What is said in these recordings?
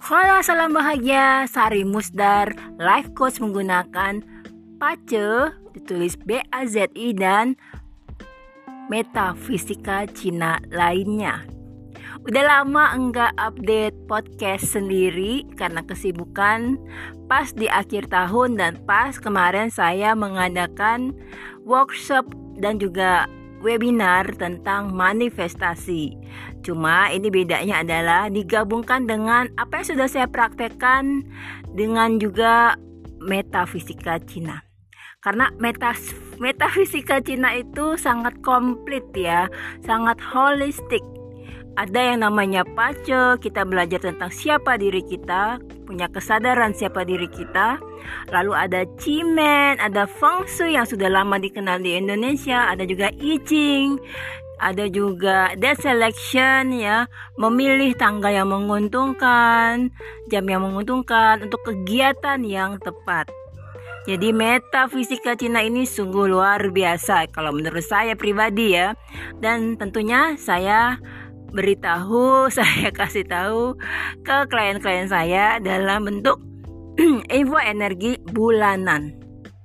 Halo, salam bahagia. Sari Musdar, life coach menggunakan PACE, ditulis BAZI, dan metafisika Cina lainnya. Udah lama enggak update podcast sendiri karena kesibukan pas di akhir tahun dan pas kemarin saya mengadakan workshop dan juga webinar tentang manifestasi. Cuma ini bedanya adalah digabungkan dengan apa yang sudah saya praktekkan dengan juga metafisika Cina. Karena metafisika Cina itu sangat komplit ya, sangat holistik. Ada yang namanya PACE, kita belajar tentang siapa diri kita, punya kesadaran siapa diri kita. Lalu ada Cimen, ada Feng Shui yang sudah lama dikenal di Indonesia, ada juga I Ching, ada juga Death Selection ya, memilih tanggal yang menguntungkan, jam yang menguntungkan untuk kegiatan yang tepat. Jadi metafisika Cina ini sungguh luar biasa kalau menurut saya pribadi ya. Dan tentunya saya saya kasih tahu ke klien-klien saya dalam bentuk info energi bulanan.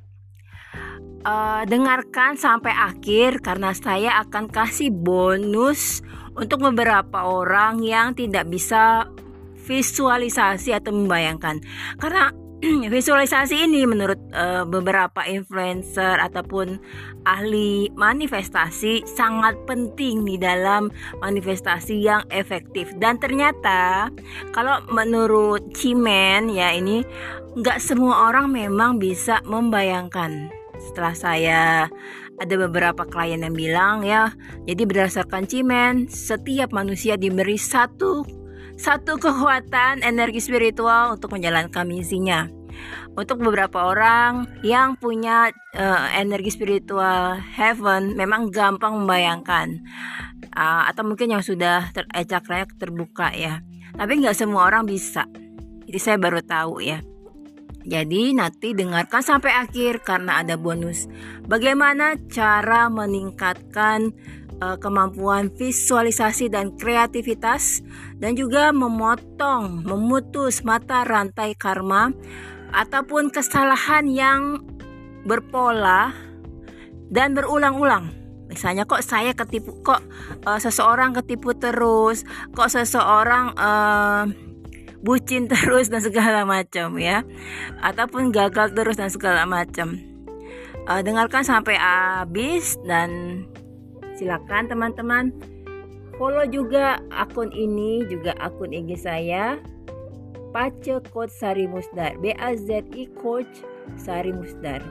Dengarkan sampai akhir karena saya akan kasih bonus untuk beberapa orang yang tidak bisa visualisasi atau membayangkan. Karena visualisasi ini menurut beberapa influencer ataupun ahli manifestasi sangat penting di dalam manifestasi yang efektif. Dan ternyata kalau menurut Cimen ya, ini nggak semua orang memang bisa membayangkan. Setelah saya ada beberapa klien yang bilang ya, jadi berdasarkan Cimen setiap manusia diberi satu kekuatan energi spiritual untuk menjalankan misinya. Untuk beberapa orang yang punya energi spiritual heaven memang gampang membayangkan, atau mungkin yang sudah cakra terbuka ya. Tapi nggak semua orang bisa. Jadi saya baru tahu ya. Jadi nanti dengarkan sampai akhir karena ada bonus. Bagaimana cara meningkatkan kemampuan visualisasi dan kreativitas, dan juga memutus mata rantai karma ataupun kesalahan yang berpola dan berulang-ulang. Misalnya kok saya ketipu, seseorang ketipu terus, kok seseorang bucin terus dan segala macam ya, ataupun gagal terus dan segala macam. Dengarkan sampai habis dan silakan teman-teman follow juga akun ini, juga akun IG saya PACE Coach Sari Musdar, BAZI Coach Sari Musdar,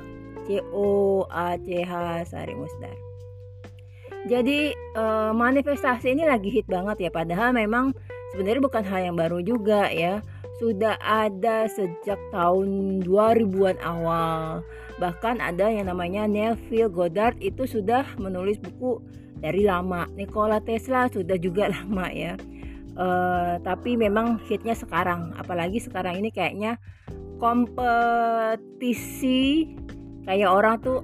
COACH Sari Musdar. Jadi manifestasi ini lagi hit banget ya, padahal memang sebenarnya bukan hal yang baru juga ya. Sudah ada sejak tahun 2000-an awal. Bahkan ada yang namanya Neville Goddard, itu sudah menulis buku dari lama. Nikola Tesla sudah juga lama ya. Tapi memang hitnya sekarang. Apalagi sekarang ini kayaknya kompetisi, kayak orang tuh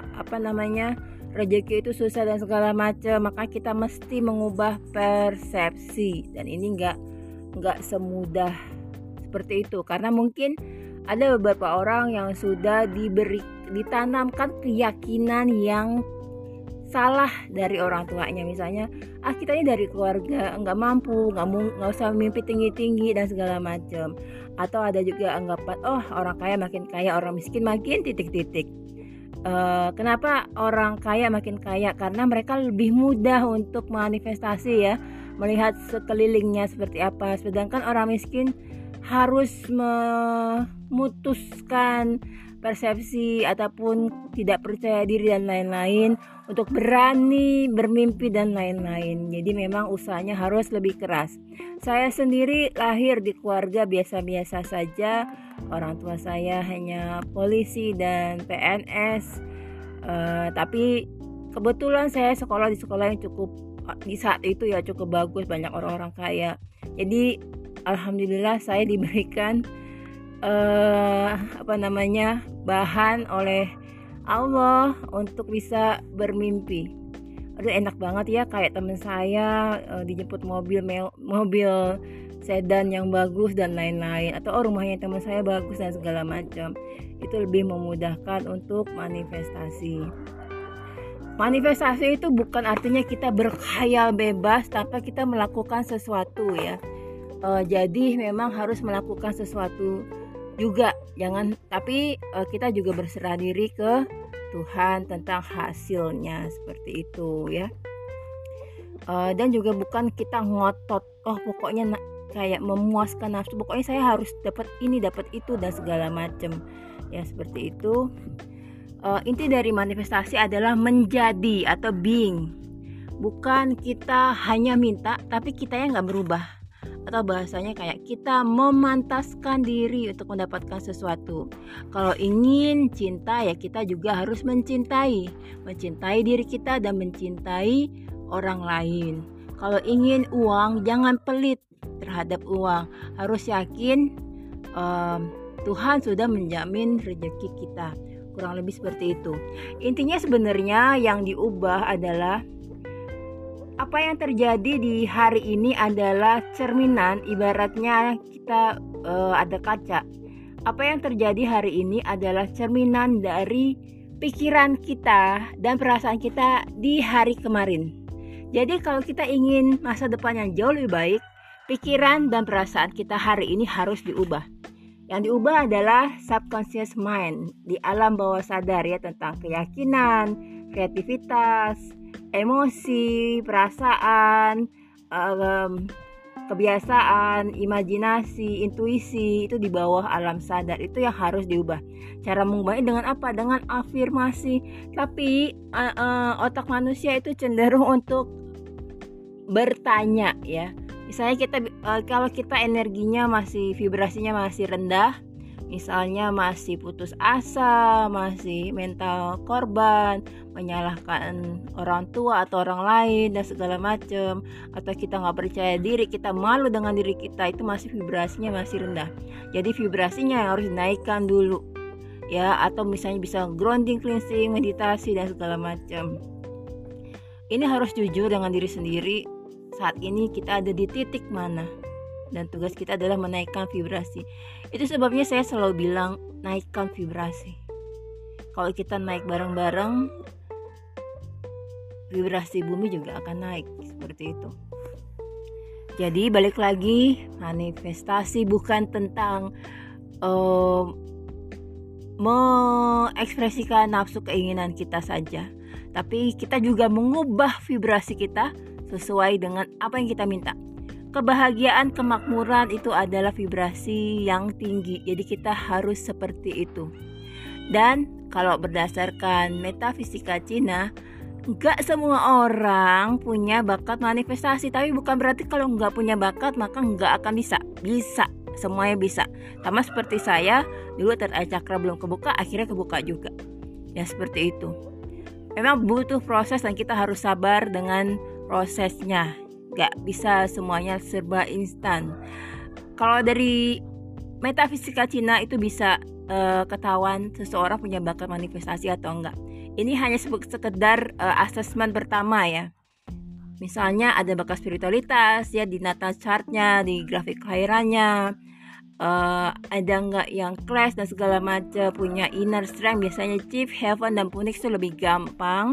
rezeki itu susah dan segala macam. Maka kita mesti mengubah persepsi. Dan ini nggak semudah seperti itu, karena mungkin ada beberapa orang yang sudah ditanamkan keyakinan yang salah dari orang tuanya. Misalnya kita ini dari keluarga nggak mampu, nggak usah mimpi tinggi-tinggi dan segala macam. Atau ada juga anggapan orang kaya makin kaya, orang miskin makin titik-titik. Kenapa orang kaya makin kaya? Karena mereka lebih mudah untuk manifestasi ya, melihat sekelilingnya seperti apa. Sedangkan orang miskin harus memutuskan persepsi ataupun tidak percaya diri dan lain-lain untuk berani bermimpi dan lain-lain. Jadi memang usahanya harus lebih keras. Saya sendiri lahir di keluarga biasa-biasa saja. Orang tua saya hanya polisi dan PNS. Tapi kebetulan saya sekolah di sekolah yang cukup di saat itu ya cukup bagus, banyak orang-orang kaya. Jadi alhamdulillah saya diberikan bahan oleh Allah untuk bisa bermimpi. Aduh enak banget ya, kayak temen saya dijemput mobil sedan yang bagus dan lain-lain, atau rumahnya teman saya bagus dan segala macam. Itu lebih memudahkan untuk manifestasi. Manifestasi itu bukan artinya kita berkhayal bebas tanpa kita melakukan sesuatu ya. Jadi memang harus melakukan sesuatu juga, tapi kita juga berserah diri ke Tuhan tentang hasilnya, seperti itu ya. Dan juga bukan kita ngotot, pokoknya kayak memuaskan nafsu, pokoknya saya harus dapat ini, dapat itu dan segala macam ya, seperti itu. Inti dari manifestasi adalah menjadi atau being, bukan kita hanya minta tapi kita yang nggak berubah, atau bahasanya kayak kita memantaskan diri untuk mendapatkan sesuatu. Kalau ingin cinta ya kita juga harus mencintai diri kita dan mencintai orang lain. Kalau ingin uang, jangan pelit terhadap uang, harus yakin Tuhan sudah menjamin rezeki kita. Kurang lebih seperti itu. Intinya sebenarnya yang diubah adalah apa yang terjadi di hari ini adalah cerminan, ibaratnya kita ada kaca. Apa yang terjadi hari ini adalah cerminan dari pikiran kita dan perasaan kita di hari kemarin. Jadi kalau kita ingin masa depan yang jauh lebih baik, pikiran dan perasaan kita hari ini harus diubah. Yang diubah adalah subconscious mind, di alam bawah sadar ya, tentang keyakinan, kreativitas, emosi, perasaan, kebiasaan, imajinasi, intuisi, itu di bawah alam sadar. Itu yang harus diubah. Cara mengubahnya dengan apa? Dengan afirmasi. Tapi otak manusia itu cenderung untuk bertanya ya. Misalnya kalau kita energinya vibrasinya masih rendah, misalnya masih putus asa, masih mental korban, menyalahkan orang tua atau orang lain dan segala macam, atau kita nggak percaya diri, kita malu dengan diri kita, itu masih vibrasinya masih rendah. Jadi vibrasinya yang harus dinaikkan dulu ya, atau misalnya bisa grounding, cleansing, meditasi dan segala macam. Ini harus jujur dengan diri sendiri. Saat ini kita ada di titik mana, dan tugas kita adalah menaikkan vibrasi. Itu sebabnya saya selalu bilang naikkan vibrasi. Kalau kita naik bareng-bareng, vibrasi bumi juga akan naik, seperti itu. Jadi balik lagi, manifestasi bukan tentang mengekspresikan nafsu keinginan kita saja, tapi kita juga mengubah vibrasi kita sesuai dengan apa yang kita minta. Kebahagiaan, kemakmuran itu adalah vibrasi yang tinggi. Jadi kita harus seperti itu. Dan kalau berdasarkan metafisika Cina, gak semua orang punya bakat manifestasi. Tapi bukan berarti kalau gak punya bakat maka gak akan bisa. Bisa, semuanya bisa. Sama seperti saya, dulu cakra belum kebuka, akhirnya kebuka juga. Ya seperti itu. Memang butuh proses dan kita harus sabar dengan prosesnya. Gak bisa semuanya serba instan. Kalau dari metafisika Cina itu bisa ketahuan seseorang punya bakat manifestasi atau enggak. Ini hanya sekedar asesmen pertama ya. Misalnya ada bakat spiritualitas ya, di natal chartnya, di grafik kelahirannya, ada enggak yang clash dan segala macam, punya inner strength, biasanya chief, heaven dan phoenix itu lebih gampang.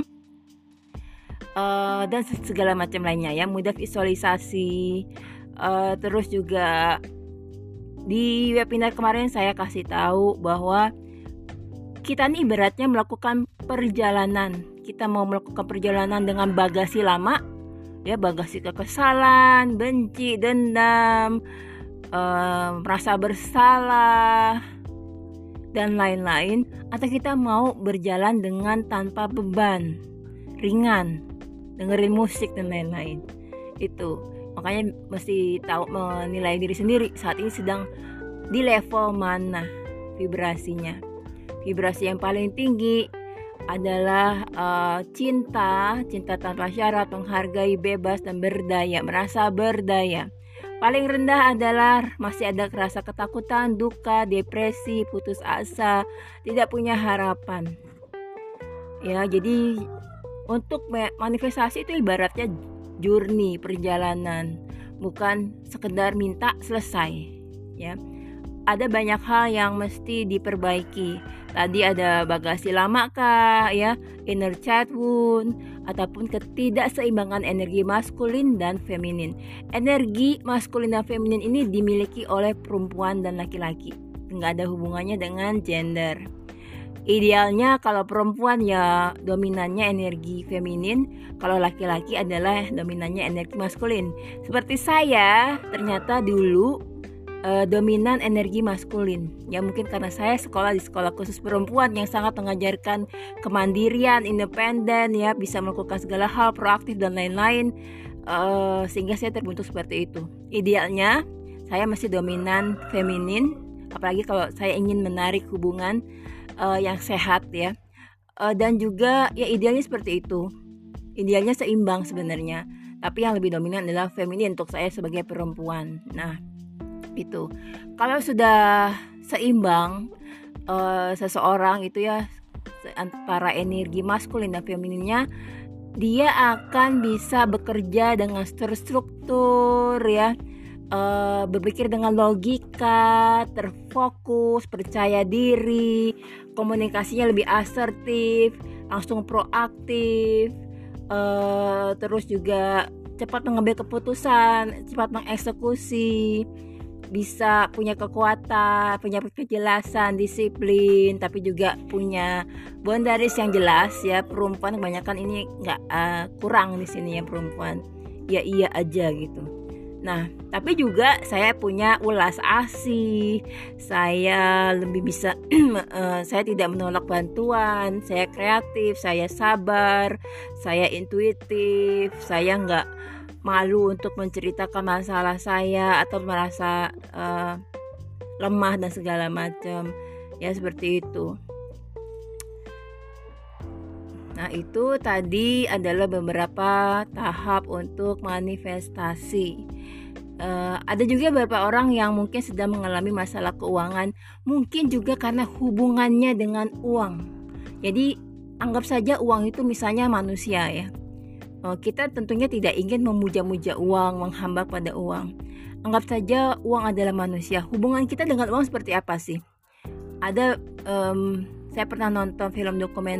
Dan segala macam lainnya ya, mudah visualisasi. Terus juga di webinar kemarin saya kasih tahu bahwa kita nih ibaratnya melakukan perjalanan. Kita mau melakukan perjalanan dengan bagasi lama ya, bagasi kekesalan, benci, dendam, merasa bersalah dan lain-lain, atau kita mau berjalan dengan tanpa beban, ringan, dengerin musik dan lain-lain. Itu makanya mesti tahu menilai diri sendiri saat ini sedang di level mana vibrasinya. Vibrasi yang paling tinggi adalah cinta tanpa syarat, menghargai, bebas dan berdaya, merasa berdaya. Paling rendah adalah masih ada rasa ketakutan, duka, depresi, putus asa, tidak punya harapan. Ya, jadi untuk manifestasi itu ibaratnya journey, perjalanan. bukan sekedar minta selesai ya. Ada banyak hal yang mesti diperbaiki. Tadi ada bagasi lama kah ya, inner child wound, ataupun ketidakseimbangan energi maskulin dan feminin. Energi maskulin dan feminin ini dimiliki oleh perempuan dan laki-laki, nggak ada hubungannya dengan gender. Idealnya kalau perempuan ya dominannya energi feminin, kalau laki-laki adalah dominannya energi maskulin. Seperti saya ternyata dulu dominan energi maskulin. Ya mungkin karena saya sekolah di sekolah khusus perempuan yang sangat mengajarkan kemandirian, independen ya, bisa melakukan segala hal, proaktif dan lain-lain, sehingga saya terbentuk seperti itu. Idealnya saya masih dominan feminin, apalagi kalau saya ingin menarik hubungan yang sehat ya. Dan juga ya idealnya seperti itu. Idealnya seimbang sebenarnya. Tapi yang lebih dominan adalah feminin untuk saya sebagai perempuan. Nah, itu. Kalau sudah seimbang seseorang itu ya antara energi maskulin dan femininnya, dia akan bisa bekerja dengan terstruktur ya, berpikir dengan logika, terfokus, percaya diri, komunikasinya lebih asertif, langsung proaktif, terus juga cepat mengambil keputusan, cepat mengeksekusi, bisa punya kekuatan, punya kejelasan, disiplin, tapi juga punya boundaries yang jelas ya. Perempuan kebanyakan ini nggak kurang di sini ya, perempuan ya iya aja gitu. Nah, tapi juga saya punya ulas asih, saya lebih bisa saya tidak menolak bantuan, saya kreatif, saya sabar, saya intuitif, saya nggak malu untuk menceritakan masalah saya atau merasa lemah dan segala macam ya, seperti itu. Nah, itu tadi adalah beberapa tahap untuk manifestasi. Ada juga beberapa orang yang mungkin sedang mengalami masalah keuangan, mungkin juga karena hubungannya dengan uang. Jadi anggap saja uang itu misalnya manusia ya. Kita tentunya tidak ingin memuja-muja uang, menghamba pada uang. Anggap saja uang adalah manusia. Hubungan kita dengan uang seperti apa sih? Ada, saya pernah nonton film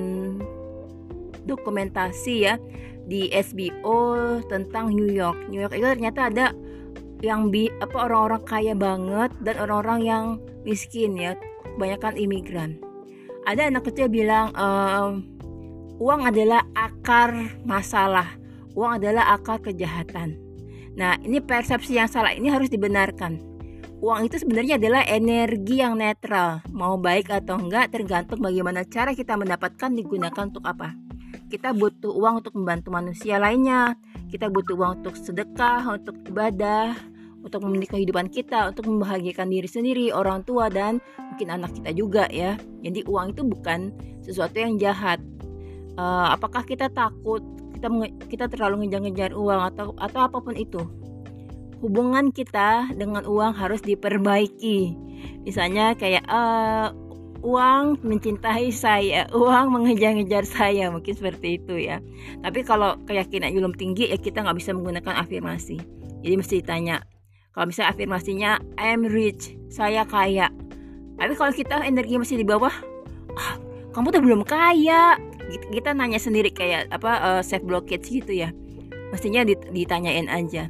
dokumentasi ya di HBO tentang New York. New York itu ternyata ada yang orang-orang kaya banget dan orang-orang yang miskin ya, kebanyakan imigran. Ada anak kecil bilang, uang adalah akar masalah, uang adalah akar kejahatan. Nah, ini persepsi yang salah, ini harus dibenarkan. Uang itu sebenarnya adalah energi yang netral, mau baik atau enggak tergantung bagaimana cara kita mendapatkan, digunakan untuk apa. Kita butuh uang untuk membantu manusia lainnya, kita butuh uang untuk sedekah, untuk ibadah, untuk memenuhi kehidupan kita, untuk membahagiakan diri sendiri, orang tua, dan mungkin anak kita juga ya. Jadi uang itu bukan sesuatu yang jahat. Apakah kita takut, kita terlalu ngejar-ngejar uang atau apapun itu, hubungan kita dengan uang harus diperbaiki. Misalnya kayak uang mencintai saya, uang mengejar-ngejar saya, mungkin seperti itu ya. Tapi kalau keyakinan belum tinggi ya kita nggak bisa menggunakan afirmasi. Jadi mesti ditanya, kalau misalnya afirmasinya I am rich, saya kaya. Tapi kalau kita energi masih di bawah, kamu tuh belum kaya. Kita nanya sendiri kayak self blockage gitu ya. Mestinya ditanyain aja,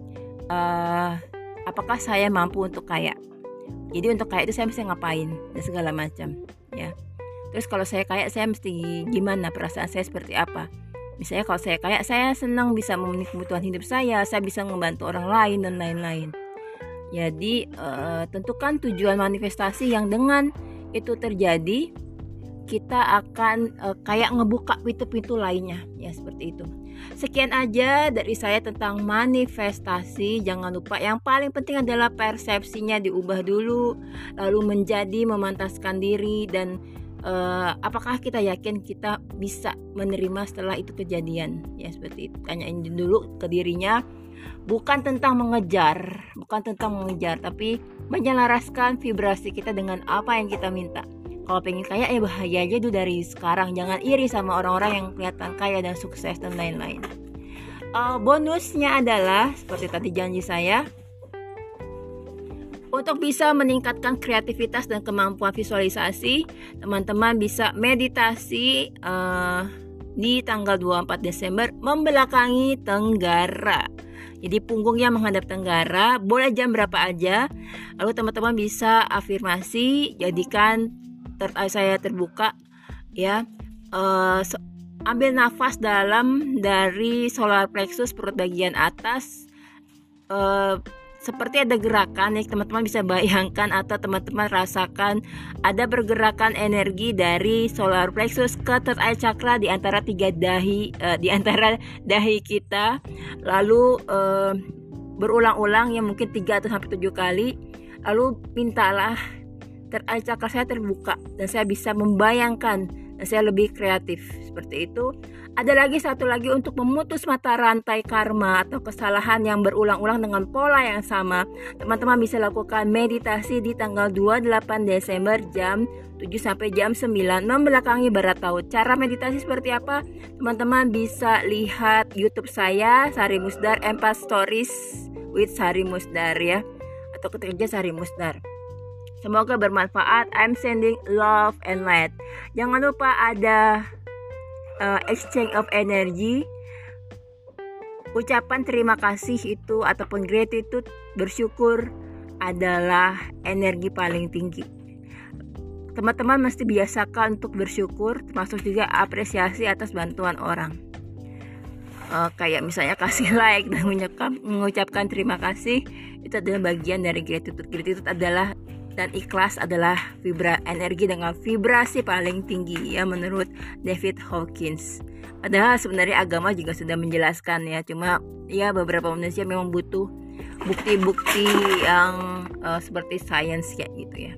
apakah saya mampu untuk kaya? Jadi untuk kaya itu saya mesti ngapain dan segala macam ya. Terus kalau saya kaya, saya mesti gimana, perasaan saya seperti apa? Misalnya kalau saya kaya, saya senang bisa memenuhi kebutuhan hidup saya bisa membantu orang lain dan lain-lain. Jadi tentukan tujuan manifestasi yang dengan itu terjadi kita akan kayak ngebuka pintu-pintu lainnya ya, seperti itu. Sekian aja dari saya tentang manifestasi. Jangan lupa yang paling penting adalah persepsinya diubah dulu, lalu menjadi memantaskan diri, dan apakah kita yakin kita bisa menerima setelah itu kejadian ya, seperti itu. Tanyain dulu ke dirinya, bukan tentang mengejar, tapi menyelaraskan vibrasi kita dengan apa yang kita minta. Kalau pengen kaya ya bahaya aja dulu dari sekarang. Jangan iri sama orang-orang yang kelihatan kaya dan sukses dan lain-lain. Bonusnya adalah seperti tadi janji saya, untuk bisa meningkatkan kreativitas dan kemampuan visualisasi, teman-teman bisa meditasi di tanggal 24 Desember membelakangi tenggara. Jadi punggungnya menghadap tenggara, boleh jam berapa aja. Lalu teman-teman bisa afirmasi, jadikan saya terbuka ya. Ambil nafas dalam dari solar plexus perut bagian atas. Seperti ada gerakan yang teman-teman bisa bayangkan atau teman-teman rasakan ada pergerakan energi dari solar plexus ke third eye chakra di antara di antara dahi kita, lalu berulang-ulang yang mungkin 3 atau sampai 7 kali. Lalu mintalah third eye chakra saya terbuka dan saya bisa membayangkan dan saya lebih kreatif seperti itu. Ada lagi satu lagi untuk memutus mata rantai karma atau kesalahan yang berulang-ulang dengan pola yang sama. Teman-teman bisa lakukan meditasi di tanggal 28 Desember jam 7 sampai jam 9 membelakangi barat laut. Cara meditasi seperti apa? Teman-teman bisa lihat YouTube saya, Sari Musdar, Empat Stories with Sari Musdar ya, atau ketik aja Sari Musdar. Semoga bermanfaat. I'm sending love and light. Jangan lupa ada exchange of energy. Ucapan terima kasih itu ataupun gratitude, bersyukur adalah energi paling tinggi. Teman-teman mesti biasakan untuk bersyukur, termasuk juga apresiasi atas bantuan orang. Kayak misalnya kasih like dan mengucapkan terima kasih, itu adalah bagian dari gratitude. Gratitude adalah dan ikhlas adalah energi dengan vibrasi paling tinggi ya menurut David Hawkins. Padahal sebenarnya agama juga sudah menjelaskan ya, cuma ya beberapa manusia memang butuh bukti-bukti yang seperti sains kayak gitu ya.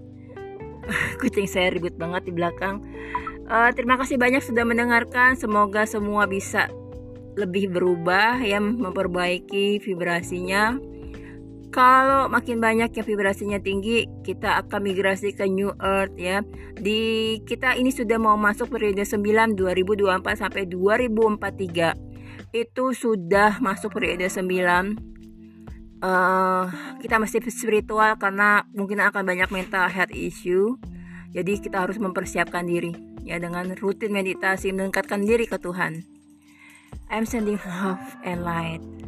Kucing saya ribut banget di belakang. Terima kasih banyak sudah mendengarkan. Semoga semua bisa lebih berubah ya, memperbaiki vibrasinya. Kalau makin banyak yang vibrasinya tinggi, kita akan migrasi ke New Earth ya. Kita ini sudah mau masuk periode 9 2024 sampai 2043. Itu sudah masuk periode 9. Kita masih spiritual karena mungkin akan banyak mental health issue. Jadi kita harus mempersiapkan diri ya dengan rutin meditasi, mendekatkan diri ke Tuhan. I'm sending love and light.